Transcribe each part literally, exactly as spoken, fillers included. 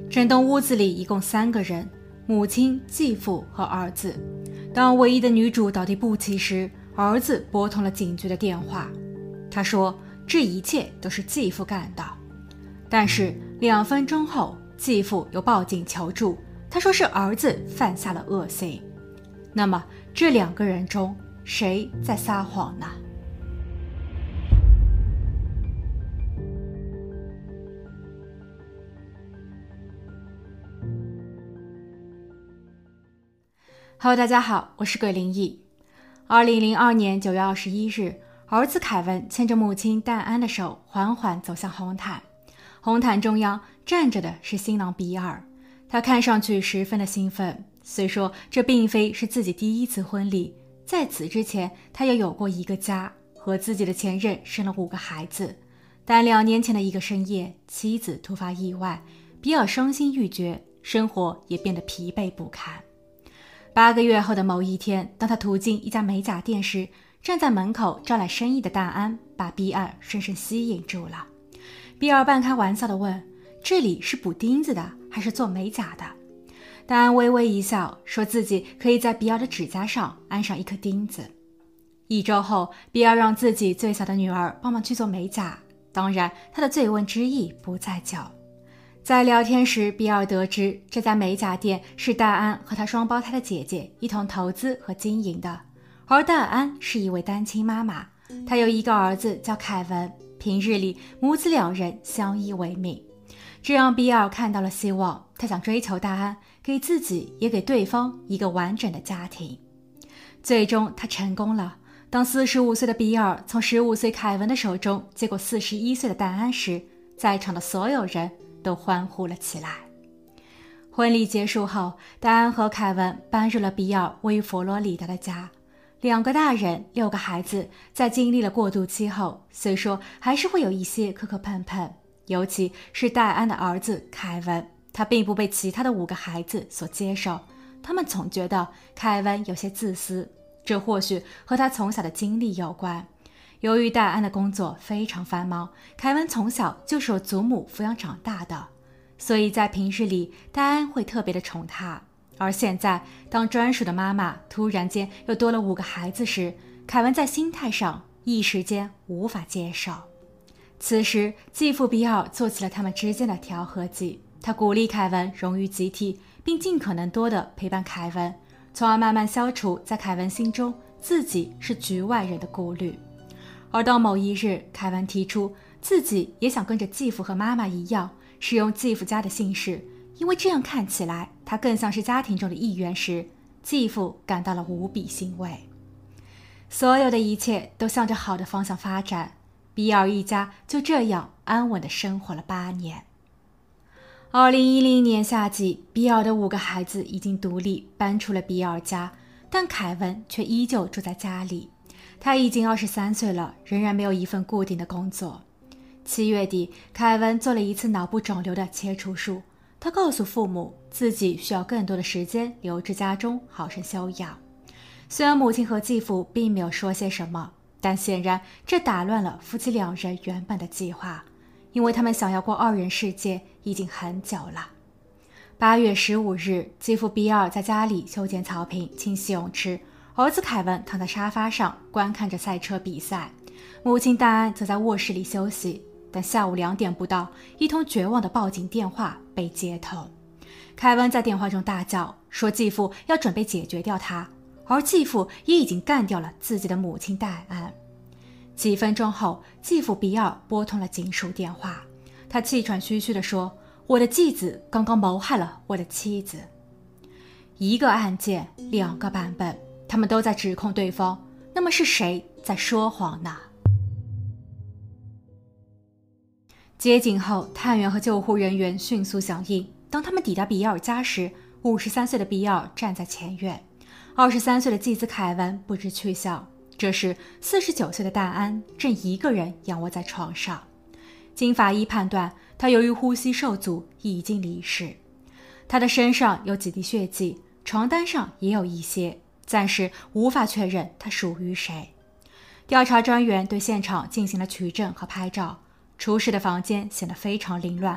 整栋屋子里一共三个人，母亲、继父和儿子。当唯一的女主倒地不起时，儿子拨通了警局的电话。他说这一切都是继父干的。但是两分钟后，继父又报警求助，他说是儿子犯下了恶行。那么这两个人中谁在撒谎呢？Hello， 大家好，我是鬼灵异。二零零二年九月二十一日，儿子凯文牵着母亲戴安的手，缓缓走向红毯。红毯中央站着的是新郎比尔，他看上去十分的兴奋。虽说这并非是自己第一次婚礼，在此之前他也有过一个家，和自己的前任生了五个孩子。但两年前的一个深夜，妻子突发意外，比尔伤心欲绝，生活也变得疲惫不堪。八个月后的某一天，当他途经一家美甲店时，站在门口招来生意的戴安把比尔深深吸引住了。比尔半开玩笑地问，这里是补钉子的还是做美甲的？戴安微微一笑，说自己可以在比尔的指甲上安上一颗钉子。一周后，比尔让自己最小的女儿帮忙去做美甲，当然他的醉翁之意不在酒。在聊天时，比尔得知这家美甲店是戴安和他双胞胎的姐姐一同投资和经营的，而戴安是一位单亲妈妈，她有一个儿子叫凯文，平日里母子两人相依为命。这让比尔看到了希望，他想追求戴安，给自己也给对方一个完整的家庭。最终他成功了。当四十五岁的比尔从十五岁凯文的手中接过四十一岁的戴安时，在场的所有人都欢呼了起来。婚礼结束后，戴安和凯文搬入了比尔位于佛罗里达的家。两个大人，六个孩子，在经历了过渡期后，虽说还是会有一些磕磕碰碰，尤其是戴安的儿子凯文，他并不被其他的五个孩子所接受。他们总觉得凯文有些自私，这或许和他从小的经历有关。由于戴安的工作非常繁忙，凯文从小就是由祖母抚养长大的，所以在平日里戴安会特别的宠他。而现在当专属的妈妈突然间又多了五个孩子时，凯文在心态上一时间无法接受。此时继父比尔做起了他们之间的调和剂，他鼓励凯文融于集体，并尽可能多的陪伴凯文，从而慢慢消除在凯文心中自己是局外人的顾虑。而到某一日，凯文提出自己也想跟着继父和妈妈一样使用继父家的姓氏，因为这样看起来他更像是家庭中的一员时，继父感到了无比欣慰。所有的一切都向着好的方向发展，比尔一家就这样安稳地生活了八年。二零一零年夏季，比尔的五个孩子已经独立搬出了比尔家，但凯文却依旧住在家里。他已经二十三岁了，仍然没有一份固定的工作。七月底，凯文做了一次脑部肿瘤的切除术。他告诉父母，自己需要更多的时间留至家中，好生休养。虽然母亲和继父并没有说些什么，但显然这打乱了夫妻两人原本的计划，因为他们想要过二人世界已经很久了。八月十五日，继父比尔在家里修剪草坪、清洗泳池，儿子凯文躺在沙发上观看着赛车比赛，母亲戴安则在卧室里休息。但下午两点不到，一通绝望的报警电话被接通。凯文在电话中大叫，说继父要准备解决掉他，而继父也已经干掉了自己的母亲戴安。几分钟后，继父比尔拨通了警署电话，他气喘吁吁地说，我的继子刚刚谋害了我的妻子。一个案件，两个版本，他们都在指控对方，那么是谁在说谎呢？接警后，探员和救护人员迅速响应。当他们抵达比尔家时，五十三岁的比尔站在前院，二十三岁的继子凯文不知去向。这时，四十九岁的戴安正一个人仰卧在床上。经法医判断，他由于呼吸受阻已经离世。他的身上有几滴血迹，床单上也有一些，暂时无法确认他属于谁。调查专员对现场进行了取证和拍照。出事的房间显得非常凌乱，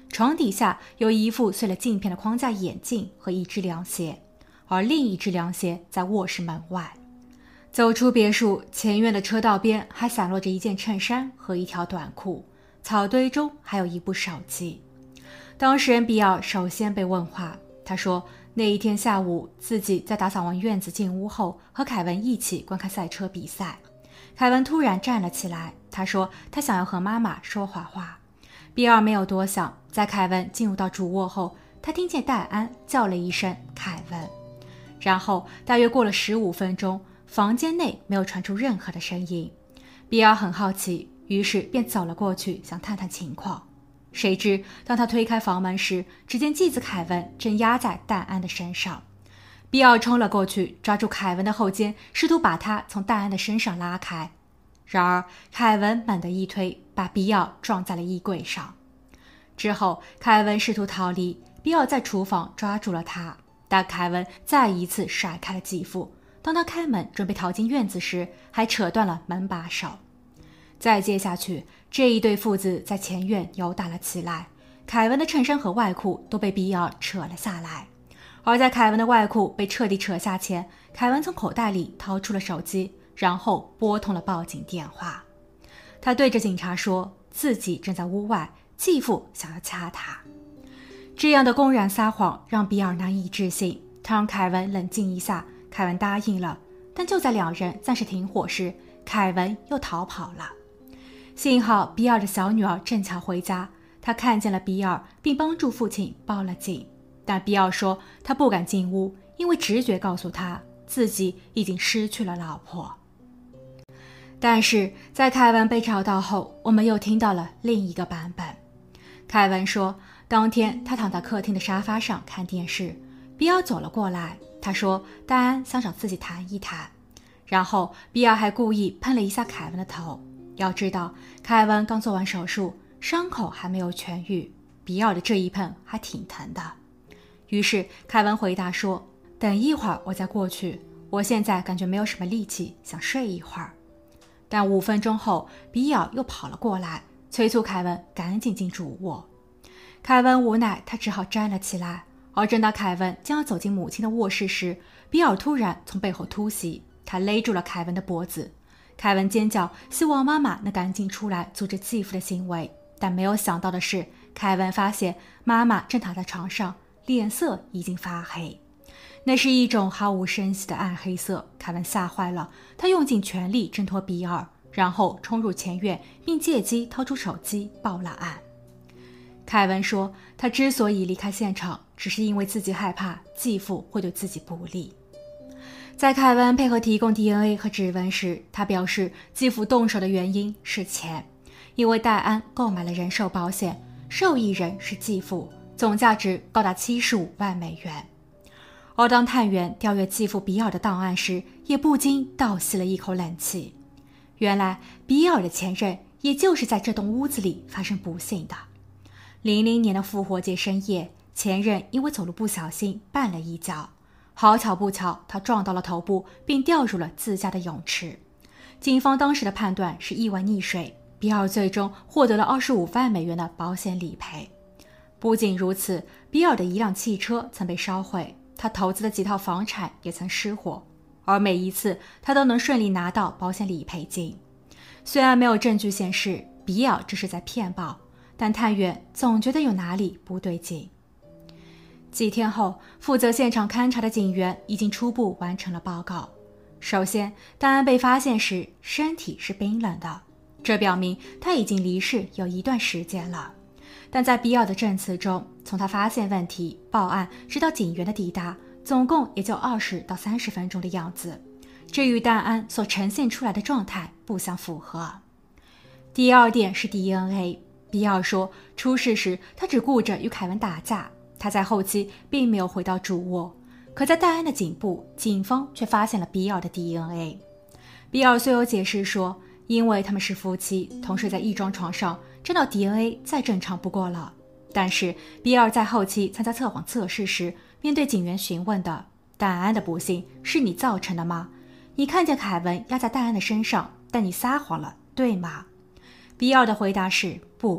床底下有一副碎了镜片的框架眼镜和一只凉鞋，而另一只凉鞋在卧室门外。走出别墅，前院的车道边还散落着一件衬衫和一条短裤，草堆中还有一部手机。当事人比尔首先被问话，他说那一天下午自己在打扫完院子进屋后，和凯文一起观看赛车比赛。凯文突然站了起来，他说他想要和妈妈说会话。比尔没有多想，在凯文进入到主卧后，他听见戴安叫了一声凯文。然后大约过了十五分钟，房间内没有传出任何的声音。比尔很好奇，于是便走了过去想探探情况。谁知当他推开房门时，只见继子凯文正压在戴安的身上。比尔冲了过去，抓住凯文的后肩，试图把他从戴安的身上拉开。然而凯文猛地一推，把比尔撞在了衣柜上。之后凯文试图逃离，比尔在厨房抓住了他，但凯文再一次甩开了继父。当他开门准备逃进院子时，还扯断了门把手。再接下去，这一对父子在前院扭打了起来，凯文的衬衫和外裤都被比尔扯了下来。而在凯文的外裤被彻底扯下前，凯文从口袋里掏出了手机，然后拨通了报警电话。他对着警察说自己正在屋外，继父想要掐他。这样的公然撒谎让比尔难以置信，他让凯文冷静一下，凯文答应了，但就在两人暂时停火时，凯文又逃跑了。幸好比尔的小女儿正巧回家，她看见了比尔，并帮助父亲报了警。但比尔说他不敢进屋，因为直觉告诉他自己已经失去了老婆。但是在凯文被找到后，我们又听到了另一个版本。凯文说当天他躺在客厅的沙发上看电视，比尔走了过来，他说戴安想找自己谈一谈。然后比尔还故意喷了一下凯文的头。要知道凯文刚做完手术，伤口还没有痊愈，比尔的这一喷还挺疼的。于是凯文回答说等一会儿我再过去，我现在感觉没有什么力气，想睡一会儿。但五分钟后，比尔又跑了过来，催促凯文赶紧进主卧。凯文无奈，他只好站了起来。而正当凯文将要走进母亲的卧室时，比尔突然从背后突袭，他勒住了凯文的脖子。凯文尖叫，希望妈妈能赶紧出来阻止继父的行为，但没有想到的是，凯文发现妈妈正躺在床上，脸色已经发黑。那是一种毫无声息的暗黑色，凯文吓坏了，他用尽全力挣脱比尔，然后冲入前院，并借机掏出手机报了案。凯文说他之所以离开现场，只是因为自己害怕继父会对自己不利。在凯文配合提供 D N A 和指纹时，他表示继父动手的原因是钱，因为戴安购买了人寿保险，受益人是继父，总价值高达七十五万美元。而当探员调阅继父比尔的档案时，也不禁倒吸了一口冷气。原来比尔的前任也就是在这栋屋子里发生不幸的。零零年的复活节深夜，前任因为走路不小心绊了一跤，好巧不巧，他撞到了头部，并掉入了自家的泳池。警方当时的判断是意外溺水，比尔最终获得了二十五万美元的保险理赔。不仅如此，比尔的一辆汽车曾被烧毁，他投资的几套房产也曾失火，而每一次他都能顺利拿到保险理赔金。虽然没有证据显示比尔这是在骗保，但探员总觉得有哪里不对劲。几天后，负责现场勘查的警员已经初步完成了报告。首先，戴安被发现时身体是冰冷的，这表明他已经离世有一段时间了。但在比尔的证词中，从他发现问题、报案直到警员的抵达，总共也就二十到三十分钟的样子，这与戴安所呈现出来的状态不相符合。第二点是 D N A， 比尔说出事时他只顾着与凯文打架，他在后期并没有回到主卧，可在戴安的颈部，警方却发现了比尔的 D N A。 比尔虽有解释说因为他们是夫妻，同睡在一张床上，这道 D N A 再正常不过了。但是比尔在后期参加测谎测试时，面对警员询问的戴安的不幸是你造成的吗？你看见凯文压在戴安的身上，但你撒谎了，对吗？比尔的回答是不，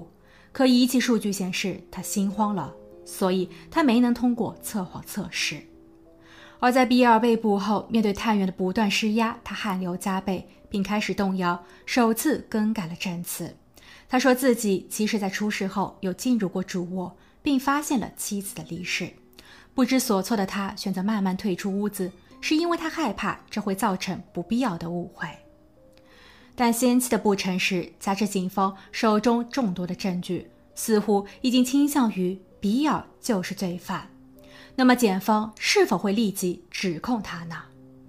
可仪器数据显示他心慌了，所以他没能通过测谎测试。而在比尔被捕后，面对探员的不断施压，他汗流浃背，并开始动摇，首次更改了证词。他说自己其实在出事后有进入过主卧，并发现了妻子的离世。不知所措的他选择慢慢退出屋子，是因为他害怕这会造成不必要的误会。但仙妻的不诚实加之警方手中众多的证据，似乎已经倾向于比尔就是罪犯。那么检方是否会立即指控他呢？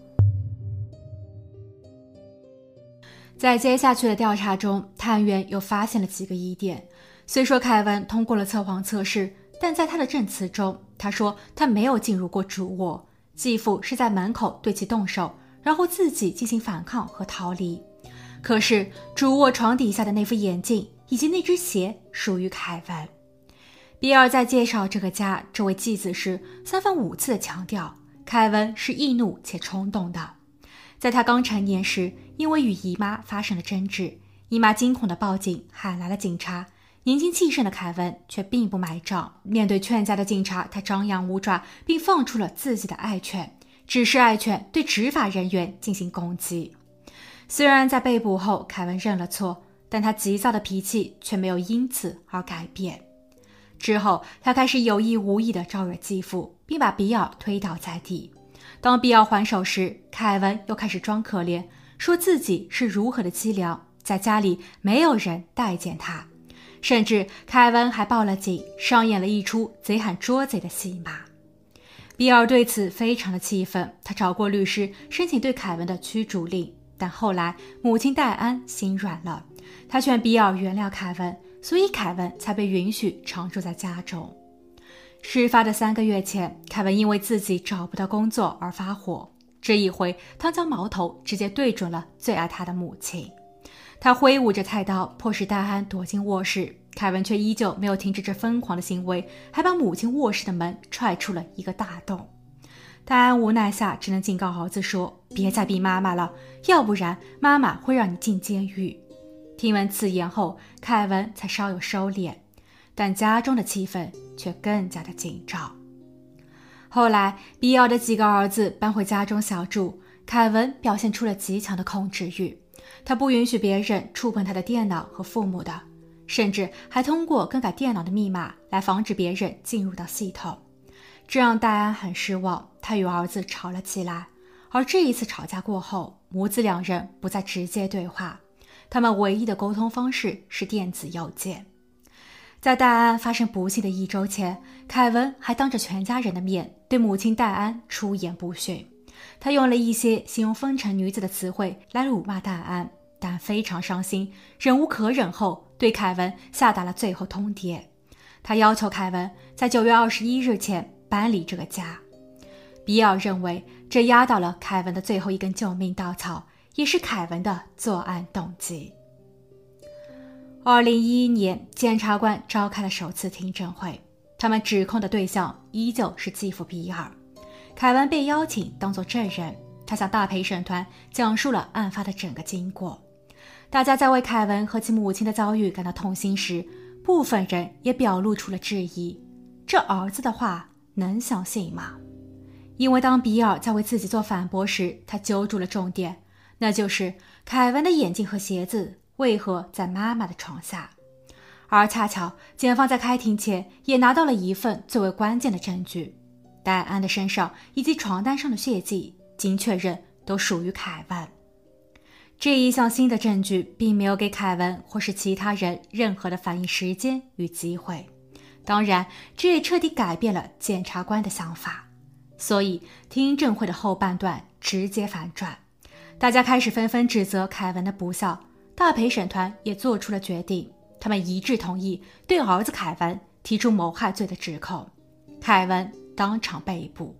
在接下去的调查中，探员又发现了几个疑点。虽说凯文通过了测谎测试，但在他的证词中，他说他没有进入过主卧，继父是在门口对其动手，然后自己进行反抗和逃离。可是主卧床底下的那副眼镜以及那只鞋属于凯文。比尔在介绍这个家这位继子时，三番五次地强调凯文是易怒且冲动的。在他刚成年时，因为与姨妈发生了争执，姨妈惊恐地报警，喊来了警察。年轻气盛的凯文却并不买账，面对劝架的警察，他张扬无爪，并放出了自己的爱犬，指示爱犬对执法人员进行攻击。虽然在被捕后凯文认了错，但他急躁的脾气却没有因此而改变。之后他开始有意无意地招惹继父，并把比尔推倒在地。当比尔还手时，凯文又开始装可怜，说自己是如何的凄凉，在家里没有人待见他。甚至凯文还报了警，上演了一出贼喊捉贼的戏码。比尔对此非常的气愤，他找过律师申请对凯文的驱逐令，但后来母亲戴安心软了，她劝比尔原谅凯文，所以凯文才被允许常住在家中。事发的三个月前，凯文因为自己找不到工作而发火，这一回他将矛头直接对准了最爱他的母亲。他挥舞着菜刀，迫使戴安躲进卧室，凯文却依旧没有停止这疯狂的行为，还把母亲卧室的门踹出了一个大洞。戴安无奈下只能警告儿子说，别再逼妈妈了，要不然妈妈会让你进监狱。听闻此言后，凯文才稍有收敛，但家中的气氛却更加的紧张。后来比尔的几个儿子搬回家中小住，凯文表现出了极强的控制欲，他不允许别人触碰他的电脑和父母的，甚至还通过更改电脑的密码来防止别人进入到系统。这让戴安很失望，他与儿子吵了起来。而这一次吵架过后，母子两人不再直接对话，他们唯一的沟通方式是电子邮件。在戴安发生不幸的一周前，凯文还当着全家人的面对母亲戴安出言不逊。他用了一些形容风尘女子的词汇来辱骂戴安，但非常伤心，忍无可忍后对凯文下达了最后通牒。他要求凯文在九月二十一日前搬离这个家。比尔认为这压倒了凯文的最后一根救命稻草，也是凯文的作案动机。二零一一年，检察官召开了首次听证会，他们指控的对象依旧是继父比尔。凯文被邀请当作证人，他向大陪审团讲述了案发的整个经过。大家在为凯文和其母亲的遭遇感到痛心时，部分人也表露出了质疑，这儿子的话能相信吗？因为当比尔在为自己做反驳时，他揪住了重点，那就是凯文的眼镜和鞋子为何在妈妈的床下。而恰巧检方在开庭前也拿到了一份最为关键的证据，戴安的身上以及床单上的血迹经确认都属于凯文。这一项新的证据并没有给凯文或是其他人任何的反应时间与机会，当然这也彻底改变了检察官的想法。所以听证会的后半段直接反转，大家开始纷纷指责凯文的不孝，大陪审团也做出了决定，他们一致同意对儿子凯文提出谋害罪的指控，凯文当场被捕。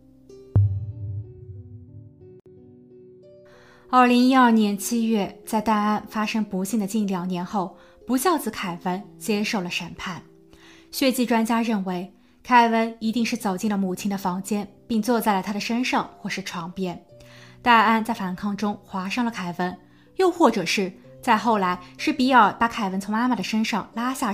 二零一二年七月，在戴安发生不幸的近两年后，不孝子凯文接受了审判。血迹专家认为，凯文一定是走进了母亲的房间，并坐在了她的身上或是床边。戴安在反抗中划伤了凯文，又或者是在后来是比尔把凯文从妈妈的身上拉下时，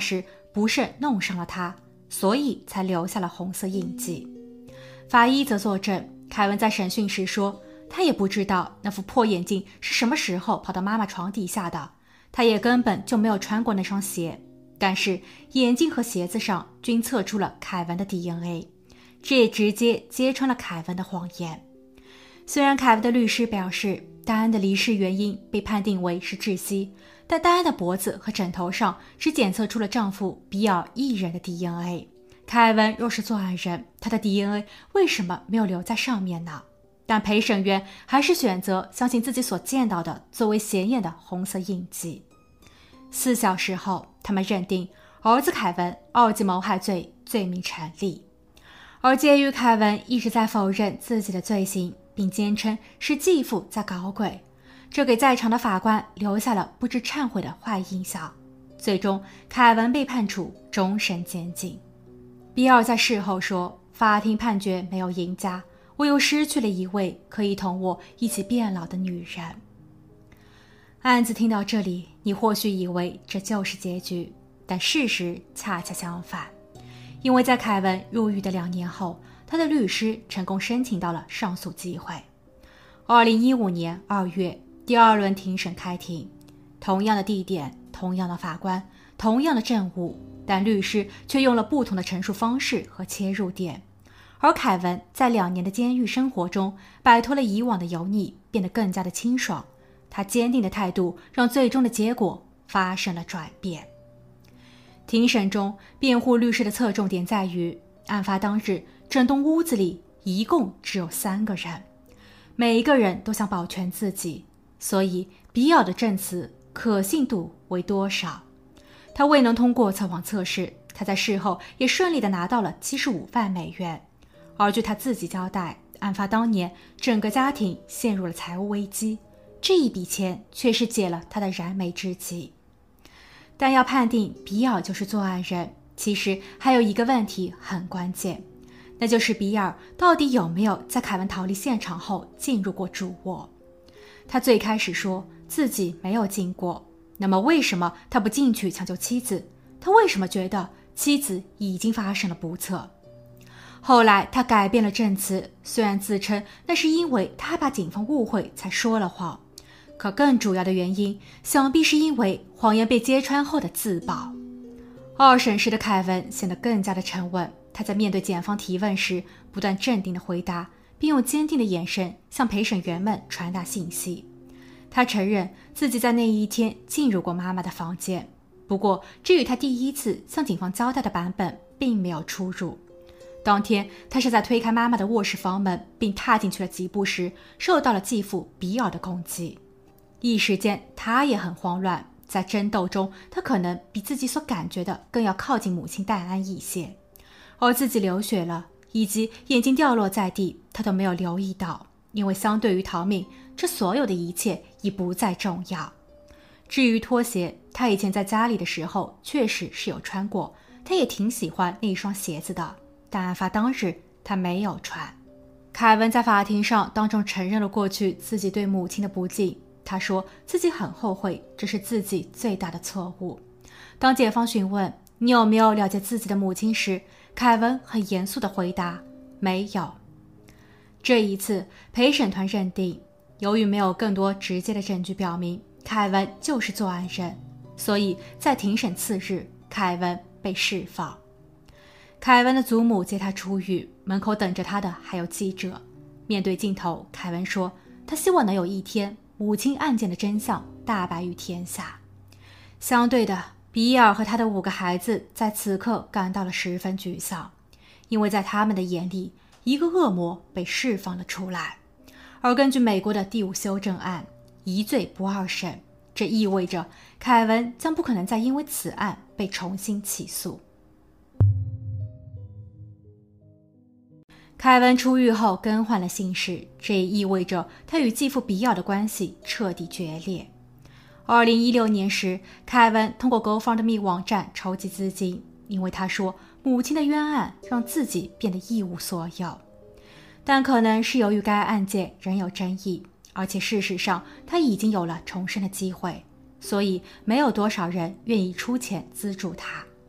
不慎弄伤了他，所以才留下了红色印记。法医则作证，凯文在审讯时说，他也不知道那副破眼镜是什么时候跑到妈妈床底下的，他也根本就没有穿过那双鞋，但是眼镜和鞋子上均测出了凯文的 D N A， 这也直接揭穿了凯文的谎言。虽然凯文的律师表示戴安的离世原因被判定为是窒息，但戴安的脖子和枕头上只检测出了丈夫比尔一人的 D N A。 凯文若是作案人，他的 D N A 为什么没有留在上面呢？但陪审员还是选择相信自己所见到的作为显眼的红色印记。四小时后，他们认定儿子凯文二级谋害罪罪名成立。而鉴于凯文一直在否认自己的罪行，并坚称是继父在搞鬼，这给在场的法官留下了不知忏悔的坏印象。最终，凯文被判处终身监禁。比尔在事后说，法庭判决没有赢家，我又失去了一位可以同我一起变老的女人。案子听到这里，你或许以为这就是结局，但事实恰恰相反。因为在凯文入狱的两年后，他的律师成功申请到了上诉机会。二零一五年二月，第二轮庭审开庭，同样的地点，同样的法官，同样的证物，但律师却用了不同的陈述方式和切入点。而凯文在两年的监狱生活中，摆脱了以往的油腻，变得更加的清爽。他坚定的态度让最终的结果发生了转变。庭审中，辩护律师的侧重点在于，案发当日，整栋屋子里一共只有三个人，每一个人都想保全自己，所以比尔的证词可信度为多少？他未能通过测谎测试，他在事后也顺利地拿到了七十五万美元。而据他自己交代，案发当年整个家庭陷入了财务危机，这一笔钱却是解了他的燃眉之急。但要判定比尔就是作案人，其实还有一个问题很关键，那就是比尔到底有没有在凯文逃离现场后进入过主卧。他最开始说自己没有进过，那么为什么他不进去抢救妻子？他为什么觉得妻子已经发生了不测？后来他改变了证词，虽然自称那是因为他怕警方误会才说了谎，可更主要的原因想必是因为谎言被揭穿后的自保。二审时的凯文显得更加的沉稳，他在面对检方提问时不断镇定的回答，并用坚定的眼神向陪审员们传达信息。他承认自己在那一天进入过妈妈的房间，不过这与他第一次向警方交代的版本并没有出入。当天他是在推开妈妈的卧室房门并踏进去了几步时，受到了继父比尔的攻击。一时间他也很慌乱，在争斗中他可能比自己所感觉的更要靠近母亲戴安一些，而自己流血了以及眼睛掉落在地他都没有留意到，因为相对于逃命，这所有的一切已不再重要。至于拖鞋，他以前在家里的时候确实是有穿过，他也挺喜欢那双鞋子的，但案发当日他没有穿。凯文在法庭上当众承认了过去自己对母亲的不敬，他说自己很后悔，这是自己最大的错误。当检方询问你有没有了解自己的母亲时，凯文很严肃地回答没有。这一次陪审团认定，由于没有更多直接的证据表明凯文就是作案人，所以在庭审次日，凯文被释放。凯文的祖母接他出狱，门口等着他的还有记者。面对镜头，凯文说他希望能有一天母亲案件的真相大白于天下。相对的，比尔和他的五个孩子在此刻感到了十分沮丧，因为在他们的眼里，一个恶魔被释放了出来。而根据美国的第五修正案，一罪不二审，这意味着凯文将不可能再因为此案被重新起诉。凯文出狱后更换了姓氏，这也意味着他与继父比尔的关系彻底决裂。二零一六年时，凯文通过 GoFundMe 网站筹集资金，因为他说母亲的冤案让自己变得一无所有。但可能是由于该案件仍有争议，而且事实上他已经有了重生的机会，所以没有多少人愿意出钱资助他。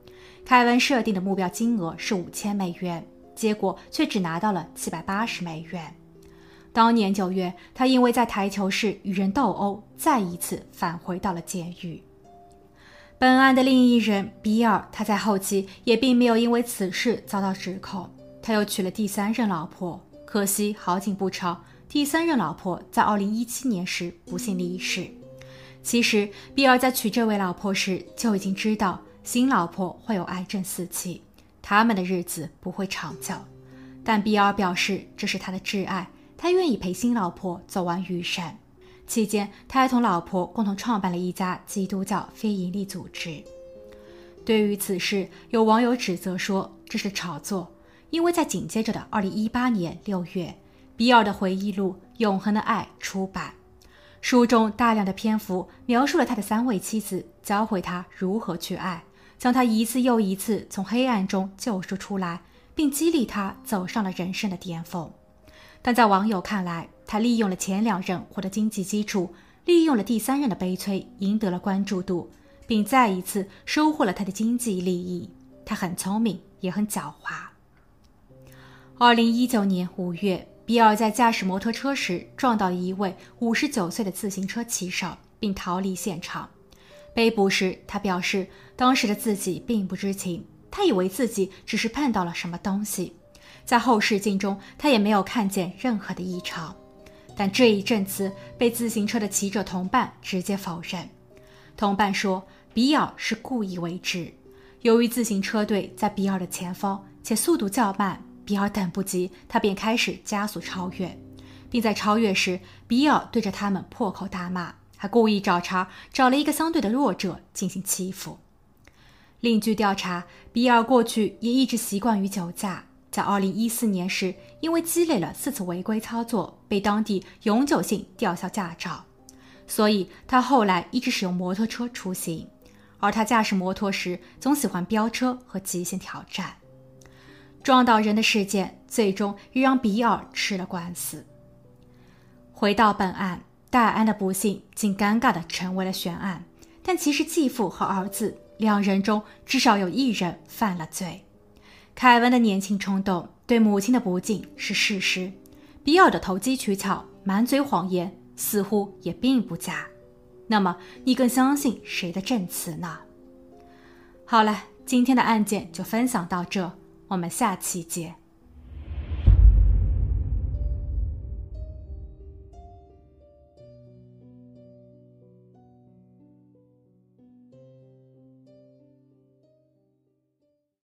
凯文设定的目标金额是五千美元，结果却只拿到了七百八十美元。当年九月，他因为在台球室与人斗殴，再一次返回到了监狱。本案的另一人比尔，他在后期也并没有因为此事遭到指控，他又娶了第三任老婆，可惜好景不长，第三任老婆在二零一七年时不幸离世。其实比尔在娶这位老婆时就已经知道新老婆会有癌症四期，他们的日子不会长久，但比尔表示这是他的挚爱，他愿意陪新老婆走完余生。期间，他还同老婆共同创办了一家基督教非营利组织。对于此事，有网友指责说这是炒作，因为在紧接着的二零一八年六月，比尔的回忆录《永恒的爱》出版，书中大量的篇幅描述了他的三位妻子教会他如何去爱，将他一次又一次从黑暗中救赎出来，并激励他走上了人生的巅峰。但在网友看来，他利用了前两任获得经济基础，利用了第三任的悲催赢得了关注度，并再一次收获了他的经济利益。他很聪明，也很狡猾。二零一九年五月，比尔在驾驶摩托车时撞到一位五十九岁的自行车骑手，并逃离现场。被捕时，他表示当时的自己并不知情，他以为自己只是碰到了什么东西。在后视镜中，他也没有看见任何的异常。但这一证词被自行车的骑者同伴直接否认。同伴说，比尔是故意为之。由于自行车队在比尔的前方，且速度较慢，比尔等不及，他便开始加速超越，并在超越时，比尔对着他们破口大骂，还故意找茬，找了一个相对的弱者进行欺负。另据调查，比尔过去也一直习惯于酒驾。在二零一四年时，因为积累了四次违规操作，被当地永久性吊销驾照，所以他后来一直使用摩托车出行。而他驾驶摩托时总喜欢飙车和极限挑战。撞到人的事件最终也让比尔吃了官司。回到本案，戴安的不幸竟尴尬地成为了悬案，但其实继父和儿子两人中至少有一人犯了罪。凯文的年轻冲动，对母亲的不敬是事实，比尔的投机取巧，满嘴谎言，似乎也并不假。那么你更相信谁的证词呢？好了，今天的案件就分享到这，我们下期见。